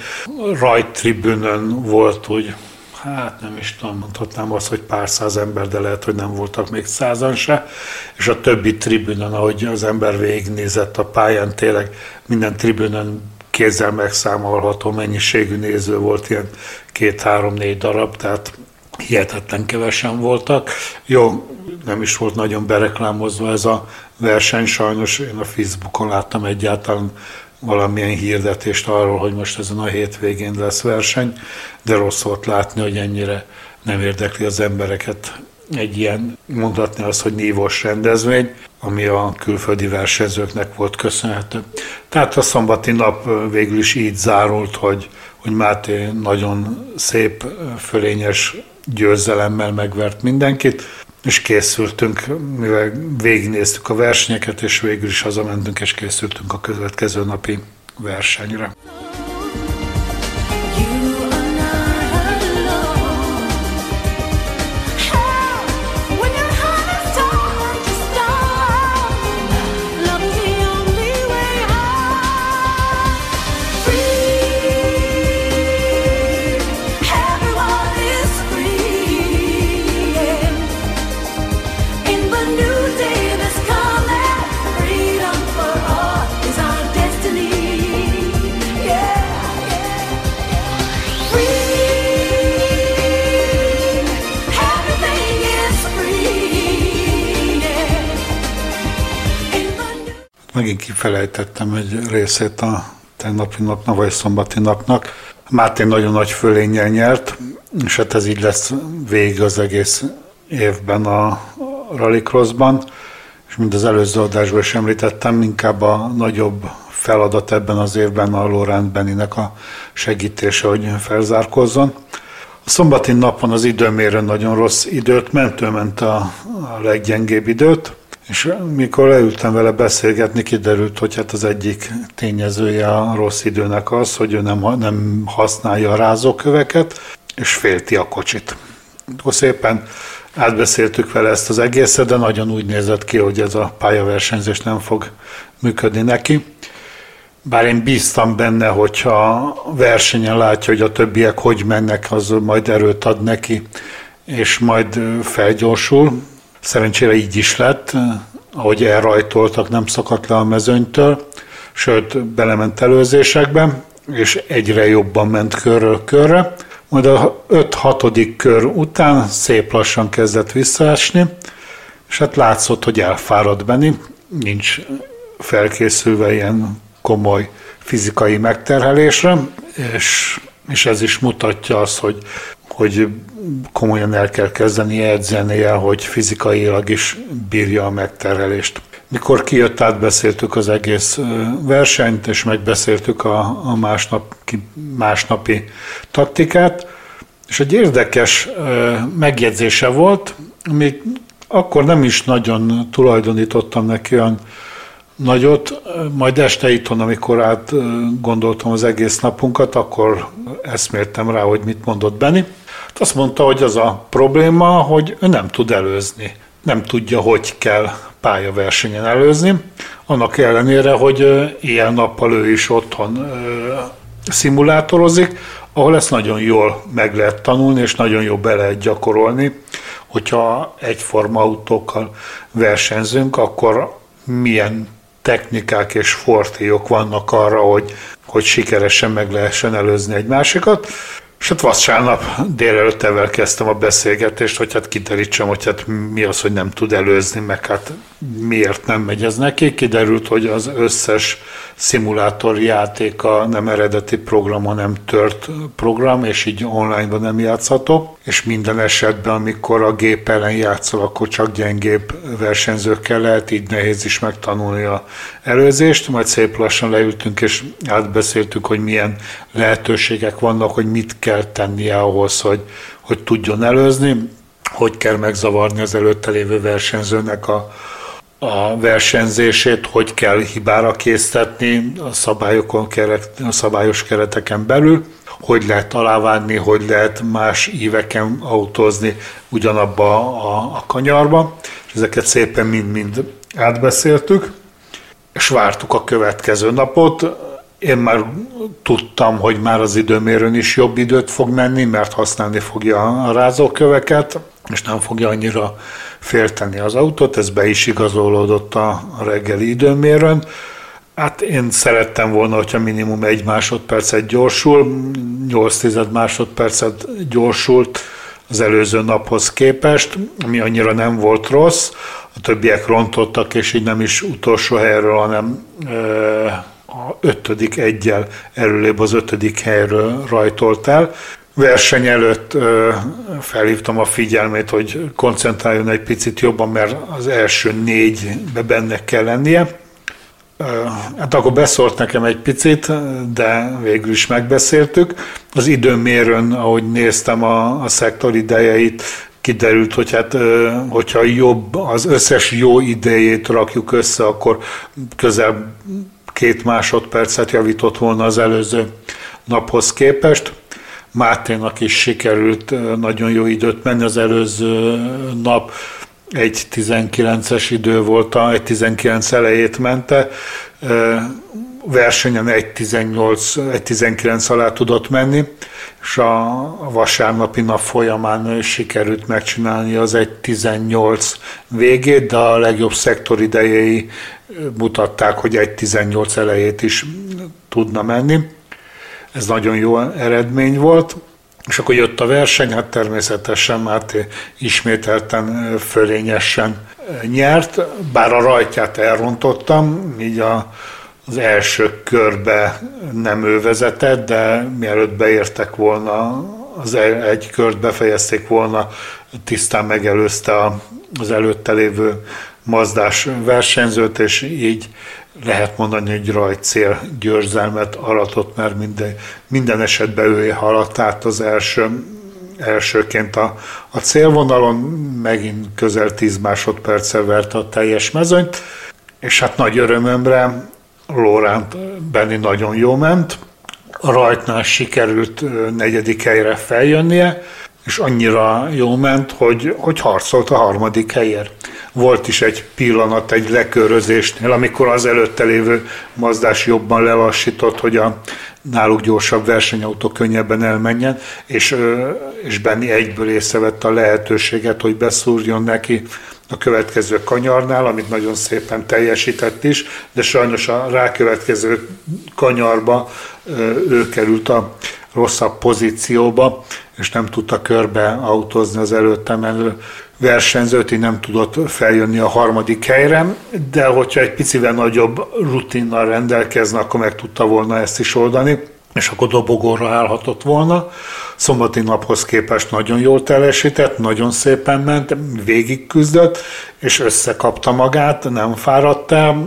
Speaker 1: Rajttribünön volt úgy, hát nem is tudom, mondhatnám azt, hogy pár száz ember, de lehet, hogy nem voltak még százan se. És a többi tribünön, ahogy az ember végignézett a pályán, tényleg minden tribünön kézzel megszámolható mennyiségű néző volt, ilyen két-három-négy darab, tehát hihetetlen kevesen voltak. Jó, nem is volt nagyon bereklámozva ez a verseny, sajnos én a Facebookon láttam egyáltalán valamilyen hirdetést arról, hogy most ezen a hétvégén lesz verseny, de rossz volt látni, hogy ennyire nem érdekli az embereket egy ilyen, mondhatni azt, hogy nívós rendezvény, ami a külföldi versenyzőknek volt köszönhető. Tehát a szombati nap végül is így zárult, hogy, hogy Máté nagyon szép, fölényes győzelemmel megvert mindenkit, és készültünk, mivel végignéztük a versenyeket, és végül is hazamentünk, és készültünk a következő napi versenyre.
Speaker 2: Yeah.
Speaker 1: megint kifelejtettem egy részét a tegnapi napnak, vagy szombati napnak. Máté nagyon nagy fölénnyel nyert, és hát ez így lesz végig az egész évben a rallycrossban, és mint az előző adásban is említettem, inkább a nagyobb feladat ebben az évben a Laurent Benninek a segítése, hogy felzárkozzon. A szombati napon az időmérőn nagyon rossz időt ment, ő ment a, a leggyengébb időt, és mikor leültem vele beszélgetni, kiderült, hogy hát az egyik tényezője a rossz időnek az, hogy ő nem, nem használja a rázóköveket, és félti a kocsit. Akkor szépen átbeszéltük vele ezt az egészet, de nagyon úgy nézett ki, hogy ez a pályaversenyzés nem fog működni neki. Bár én bíztam benne, hogyha versenyen látja, hogy a többiek hogy mennek, az majd erőt ad neki, és majd felgyorsul. Szerencsére így is lett, ahogy elrajtoltak, nem szakadt le a mezőnytől, sőt, belement előzésekbe, és egyre jobban ment körről körre. Majd a öt-hatodik kör után szép lassan kezdett visszaesni, és hát látszott, hogy elfárad Benni, nincs felkészülve ilyen komoly fizikai megterhelésre, és, és ez is mutatja azt, hogy, hogy komolyan el kell kezdeni edzenie, hogy fizikailag is bírja a megterhelést. Mikor kijött, átbeszéltük az egész versenyt, és megbeszéltük a, a másnap, másnapi taktikát, és egy érdekes megjegyzése volt, amit akkor nem is nagyon tulajdonítottam neki olyan nagyot, majd este itthon, amikor átgondoltam az egész napunkat, akkor eszméltem rá, hogy mit mondott Benni. Azt mondta, hogy az a probléma, hogy ő nem tud előzni, nem tudja, hogy kell pályaversenyen előzni, annak ellenére, hogy éjjel-nappal ő is otthon szimulátorozik, ahol ezt nagyon jól meg lehet tanulni, és nagyon jól be lehet gyakorolni, hogyha egyforma autókkal versenyzünk, akkor milyen technikák és fortélyok vannak arra, hogy, hogy sikeresen meg lehessen előzni egy másikat. És hát vasárnap délelőtt ezzel kezdtem a beszélgetést, hogy hát kiterítsem, hogy hát mi az, hogy nem tud előzni, meg hát miért nem megy ez neki. Kiderült, hogy az összes szimulátor játéka nem eredeti program, hanem tört program, és így online-ban nem játszható. És minden esetben, amikor a gép ellen játszol, akkor csak gyengébb versenyzőkkel lehet, így nehéz is megtanulni a előzést. Majd szép lassan leültünk, és átbeszéltük, hogy milyen lehetőségek vannak, hogy mit kell tennie ahhoz, hogy, hogy tudjon előzni, hogy kell megzavarni az előtte lévő versenyzőnek a, a versenyzését, hogy kell hibára késztetni a, szabályokon keret, a szabályos kereteken belül, hogy lehet alávágni, hogy lehet más íveken autózni ugyanabba a, a kanyarba, és ezeket szépen mind-mind átbeszéltük, és vártuk a következő napot. Én már tudtam, hogy már az időmérőn is jobb időt fog menni, mert használni fogja a rázóköveket, és nem fogja annyira félteni az autót, ez be is igazolódott a reggeli időmérőn. Hát én szerettem volna, hogyha minimum egy másodpercet gyorsul, nyolc tized másodpercet gyorsult az előző naphoz képest, ami annyira nem volt rossz, a többiek rontottak, és így nem is utolsó helyről, hanem a ötödik eggyel előrébb az ötödik helyről rajtolt el. Verseny előtt felhívtam a figyelmét, hogy koncentráljon egy picit jobban, mert az első négybe benne kell lennie. Hát akkor beszólt nekem egy picit, de végül is megbeszéltük. Az időmérőn, ahogy néztem a, a szektor idejeit, kiderült, hogy hát, hogyha jobb, az összes jó idejét rakjuk össze, akkor közel két másodpercet javított volna az előző naphoz képest. Máténak is sikerült nagyon jó időt menni, az előző nap egy tizenkilences idő volt, egy tizenkilenc elejét mente, versenyen egy tizennyolc, egy tizenkilenc alá tudott menni, és a vasárnapi nap folyamán sikerült megcsinálni az egy tizennyolc végét, de a legjobb szektor idejei mutatták, hogy egy tizennyolc elejét is tudna menni. Ez nagyon jó eredmény volt, És akkor jött a verseny, hát természetesen Máté ismételten fölényesen nyert, bár a rajtját elrontottam, így a, az első körbe nem ő vezetett, de mielőtt beértek volna, az egy kört befejezték volna, tisztán megelőzte az előtte lévő Mazdás versenyzőt, és így lehet mondani, hogy rajtcél győzelmet aratott, mert minden, minden esetben ő haladt át az első, elsőként a, a célvonalon, megint közel tíz másodperccel verte a teljes mezőnyt, és hát nagy örömömre Laurent Benny nagyon jó ment, a rajtnál sikerült negyedik helyre feljönnie, és annyira jó ment, hogy, hogy harcolt a harmadik helyért. Volt is egy pillanat egy lekörözésnél, amikor az előtte lévő Mazdás jobban lelassított, hogy a náluk gyorsabb versenyautó könnyebben elmenjen, és, és Benny egyből észrevette a lehetőséget, hogy beszúrjon neki a következő kanyarnál, amit nagyon szépen teljesített is, de sajnos a rákövetkező kanyarba ő került a rosszabb pozícióba, és nem tudta körbe autózni az előtte menő versenyzőt, így nem tudott feljönni a harmadik helyre, de hogyha egy picivel nagyobb rutinnal rendelkezne, akkor meg tudta volna ezt is oldani, és akkor dobogóra állhatott volna. Szombati naphoz képest nagyon jól teljesített, nagyon szépen ment, végig küzdött, és összekapta magát, nem fáradt el,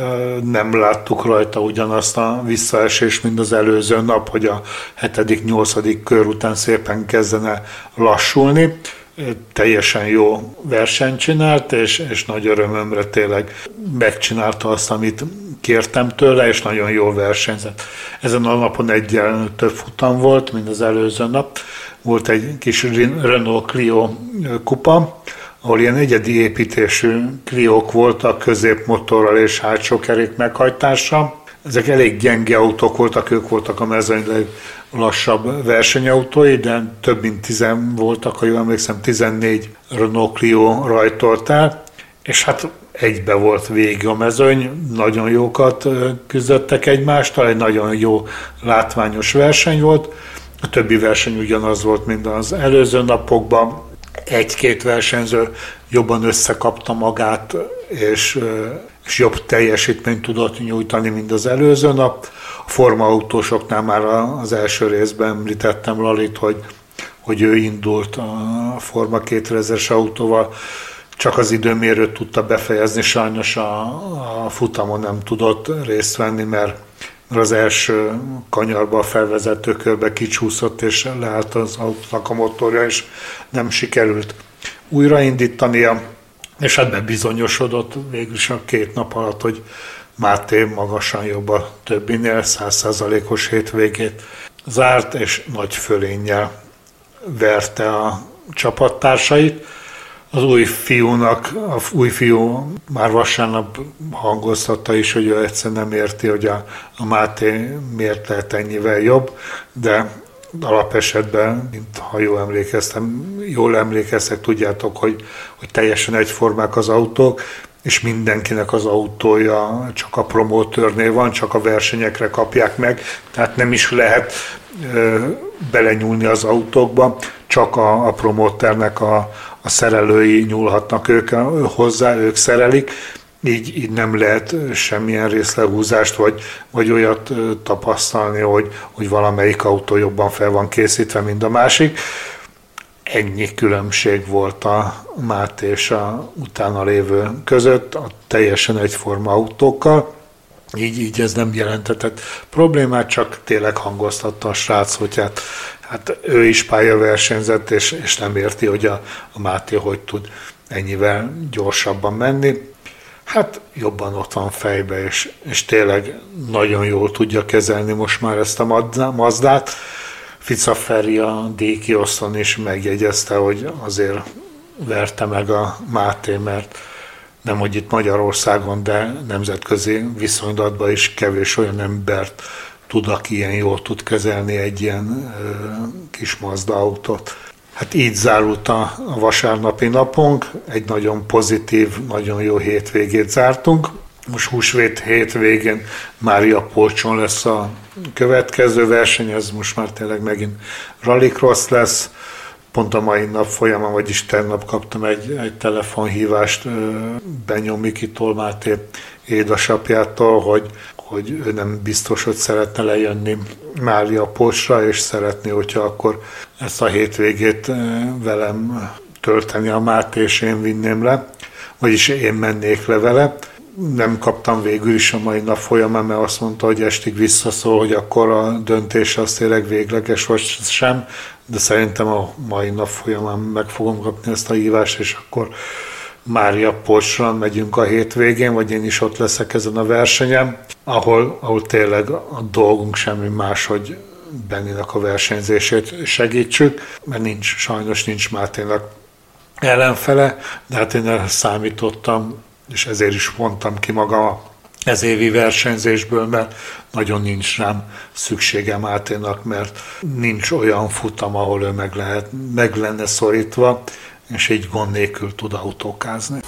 Speaker 1: nem láttuk rajta ugyanazt a visszaesést, mint az előző nap, hogy a hetedik-nyolcadik kör után szépen kezdene lassulni. Teljesen jó versenyt csinált, és, és nagy örömömre tényleg megcsinálta azt, amit kértem tőle, és nagyon jól versenyzett. Ezen a napon egyen több futam volt, mint az előző nap. Volt egy kis Renault Clio kupa, ahol ilyen egyedi építésű Cliók voltak, középmotorral és hátsó kerék meghajtással. Ezek elég gyenge autók voltak, ők voltak a mezőny lassabb versenyautói, de több mint tizen voltak, ha jól emlékszem, tizennégy Renault Clio rajtolt el, és hát egybe volt végig a mezőny, nagyon jókat küzdöttek egymástól, egy nagyon jó látványos verseny volt. A többi verseny ugyanaz volt, mint az előző napokban. Egy-két versenyző jobban összekapta magát, és, és jobb teljesítményt tudott nyújtani, mint az előző nap. A formautósoknál már az első részben említettem Lalit, hogy, hogy ő indult a Forma kétezres autóval, csak az időmérőt tudta befejezni, sajnos a, a futamon nem tudott részt venni, mert az első kanyarba a felvezető körbe kicsúszott, és leállt az autónak a motorja, és nem sikerült újraindítania, és hát bebizonyosodott végül is a két nap alatt, hogy Máté magasan jobb a többinél, száz százalékos hétvégét zárt, és nagy fölénnyel verte a csapattársait. Az új fiúnak, a új fiú már vasárnap hangoztatta is, hogy ő egyszer nem érti, hogy a, a Máté miért lehet ennyivel jobb, de alapesetben, mint ha jól emlékeztem, jól emlékeztek, tudjátok, hogy, hogy teljesen egyformák az autók, és mindenkinek az autója csak a promótőrnél van, csak a versenyekre kapják meg, tehát nem is lehet ö, belenyúlni az autókba, csak a, a promóternek a, a szerelői nyúlhatnak ők hozzá, ők szerelik, így, így nem lehet semmilyen részlehúzást, vagy, vagy olyat tapasztalni, hogy, hogy valamelyik autó jobban fel van készítve, mint a másik. Ennyi különbség volt a Máté és a utána lévő között, a teljesen egyforma autókkal. Így, így ez nem jelentetett problémát, csak tényleg hangoztatta a srác, hogy hát, hát ő is pályaversenyzett, és, és nem érti, hogy a, a Máté hogy tud ennyivel gyorsabban menni. Hát jobban ott van fejbe, és, és tényleg nagyon jól tudja kezelni most már ezt a Mazdát. Fica Feri a díjkiosztón is megjegyezte, hogy azért verte meg a Máté, mert nem hogy itt Magyarországon, de nemzetközi viszonylatban is kevés olyan embert tud, aki ilyen jól tud kezelni egy ilyen ö, kis Mazda autót. Hát így zárult a, a vasárnapi napunk, egy nagyon pozitív, nagyon jó hétvégét zártunk. Most húsvét hétvégén Mária Polcson lesz a következő verseny, ez most már tényleg megint rallycross lesz. Pont a mai nap folyamán, vagyis tegnap kaptam egy, egy telefonhívást Benyó Mikitól, Máté édesapjától, hogy, hogy ő nem biztos, hogy szeretne lejönni Mária Polcsra, és szeretné, hogyha akkor ezt a hétvégét velem tölteni a Máté, és én vinném le, vagyis én mennék le vele. Nem kaptam végül is a mai nap folyamán, mert azt mondta, hogy estig visszaszól, hogy akkor a döntés az tényleg végleges, vagy sem, de szerintem a mai nap folyamán meg fogom kapni ezt a hívást, és akkor Mária Polcsra megyünk a hétvégén, vagy én is ott leszek ezen a versenyen, ahol, ahol tényleg a dolgunk semmi más, hogy Benninek a versenyzését segítsük, mert nincs, sajnos nincs Máténak ellenfele, de hát én erre számítottam, és ezért is mondtam ki magam a ez évi versenyzésből, mert nagyon nincs rám szükségem Máténak, mert nincs olyan futam, ahol ő meg, lehet, meg lenne szorítva, és így gond nélkül tud autókázni.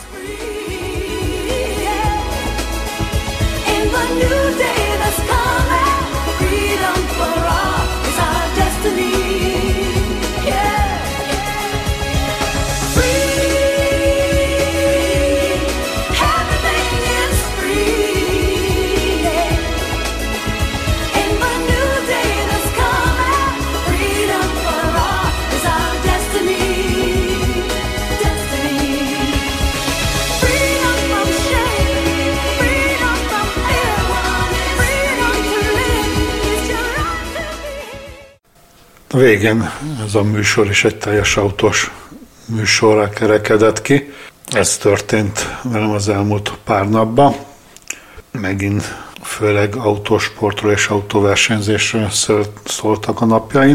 Speaker 1: A végén ez a műsor is egy teljes autós műsorra kerekedett ki. Ez történt velem az elmúlt pár napban. Megint főleg autósportról és autóversenyzésről szóltak a napjaim.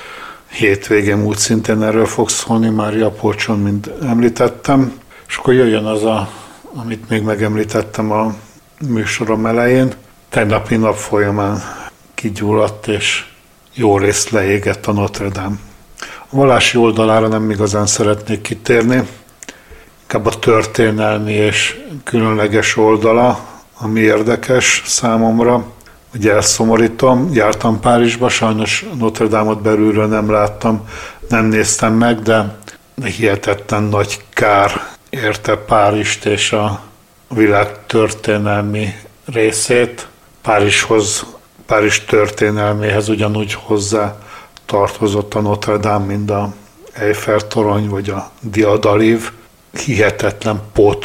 Speaker 1: Hétvégén úgy szintén erről fog szólni, Mária Polcson, mint említettem. És akkor jöjjön az, a, amit még megemlítettem a műsorom elején. Tegnapi nap folyamán kigyulladt és jó részt leégett a Notre Dame. A vallási oldalára nem igazán szeretnék kitérni, inkább a történelmi és különleges oldala, ami érdekes számomra, hogy elszomorítom. Jártam Párizsba, sajnos Notre Dame-ot belülről nem láttam, nem néztem meg, de hihetetlen nagy kár érte Párizst és a világ történelmi részét. Párizshoz Párizs történelméhez ugyanúgy hozzá tartozott a Notre Dame, mint a Eiffel-torony vagy a Diadalív. Hihetetlen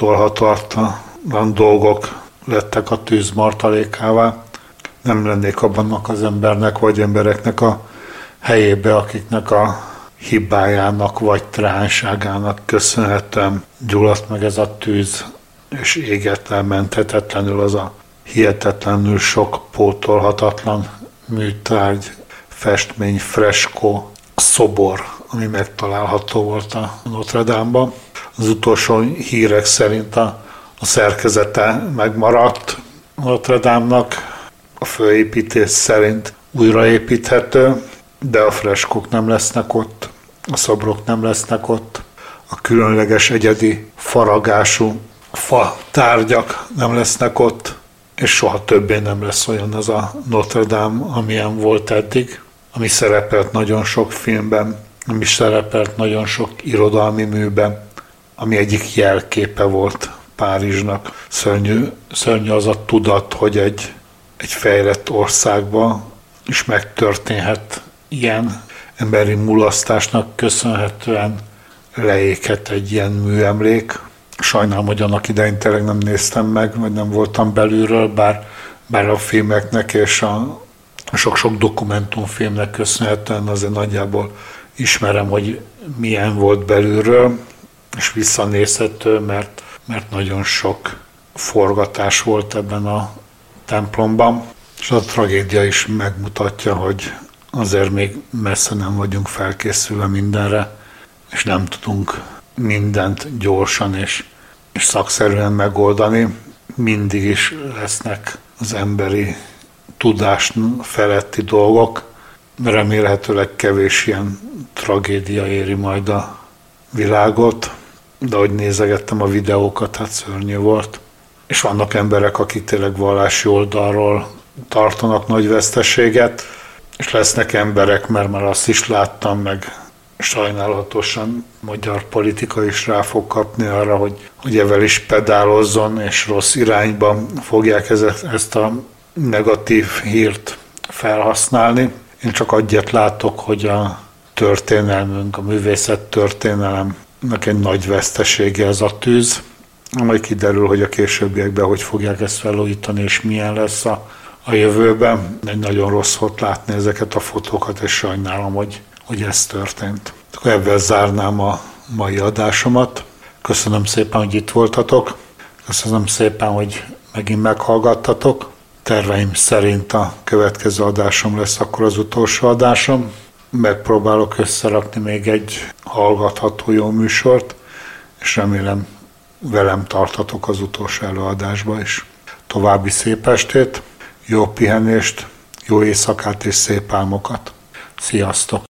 Speaker 1: pótolhatatlan dolgok lettek a tűz martalékává. Nem lennék abban az embernek vagy embereknek a helyébe, akiknek a hibájának vagy tránságának köszönhetően gyulladt meg ez a tűz, és égett el menthetetlenül az a hihetetlenül sok pótolhatatlan műtárgy, festmény, freskó, szobor, ami megtalálható volt a Notre Dame-ban. Az utolsó hírek szerint a, a szerkezete megmaradt Notre Dame-nak, a főépítés szerint újraépíthető, de a freskók nem lesznek ott, a szobrok nem lesznek ott, a különleges egyedi faragású fa tárgyak nem lesznek ott, és soha többé nem lesz olyan az a Notre Dame, amilyen volt eddig, ami szerepelt nagyon sok filmben, ami szerepelt nagyon sok irodalmi műben, ami egyik jelképe volt Párizsnak. Szörnyű, szörnyű az a tudat, hogy egy, egy fejlett országban is megtörténhet ilyen emberi mulasztásnak köszönhetően leéghet egy ilyen műemlék. Sajnálom, hogy annak idején tényleg nem néztem meg, vagy nem voltam belülről, bár, bár a filmeknek és a sok-sok dokumentumfilmnek köszönhetően azért nagyjából ismerem, hogy milyen volt belülről, és visszanézhető, mert, mert nagyon sok forgatás volt ebben a templomban, és a tragédia is megmutatja, hogy azért még messze nem vagyunk felkészülve mindenre, és nem tudunk mindent gyorsan és, és szakszerűen megoldani. Mindig is lesznek az emberi tudás feletti dolgok, remélhetőleg kevés ilyen tragédia éri majd a világot, de ahogy nézegettem a videókat, hát szörnyű volt. és vannak emberek, akik tényleg vallási oldalról tartanak nagy veszteséget, és lesznek emberek, mert már azt is láttam, meg sajnálatosan magyar politika is rá fog kapni arra, hogy, hogy evel is pedálozzon, és rossz irányba fogják ezt a negatív hírt felhasználni. Én csak egyet látok, hogy a történelmünk, a művészet történelemnek egy nagy vesztesége ez a tűz, majd kiderül, hogy a későbbiekben hogy fogják ezt felújítani, és milyen lesz a, a jövőben. Egy nagyon rossz volt látni ezeket a fotókat, és sajnálom, hogy, hogy ez történt. Akkor ebben zárnám a mai adásomat. Köszönöm szépen, hogy itt voltatok. Köszönöm szépen, hogy megint meghallgattatok. Terveim szerint a következő adásom lesz akkor az utolsó adásom. Megpróbálok összerakni még egy hallgatható jó műsort, és remélem velem tartatok az utolsó előadásba is. További szép estét, jó pihenést, jó éjszakát és szép álmokat. Sziasztok!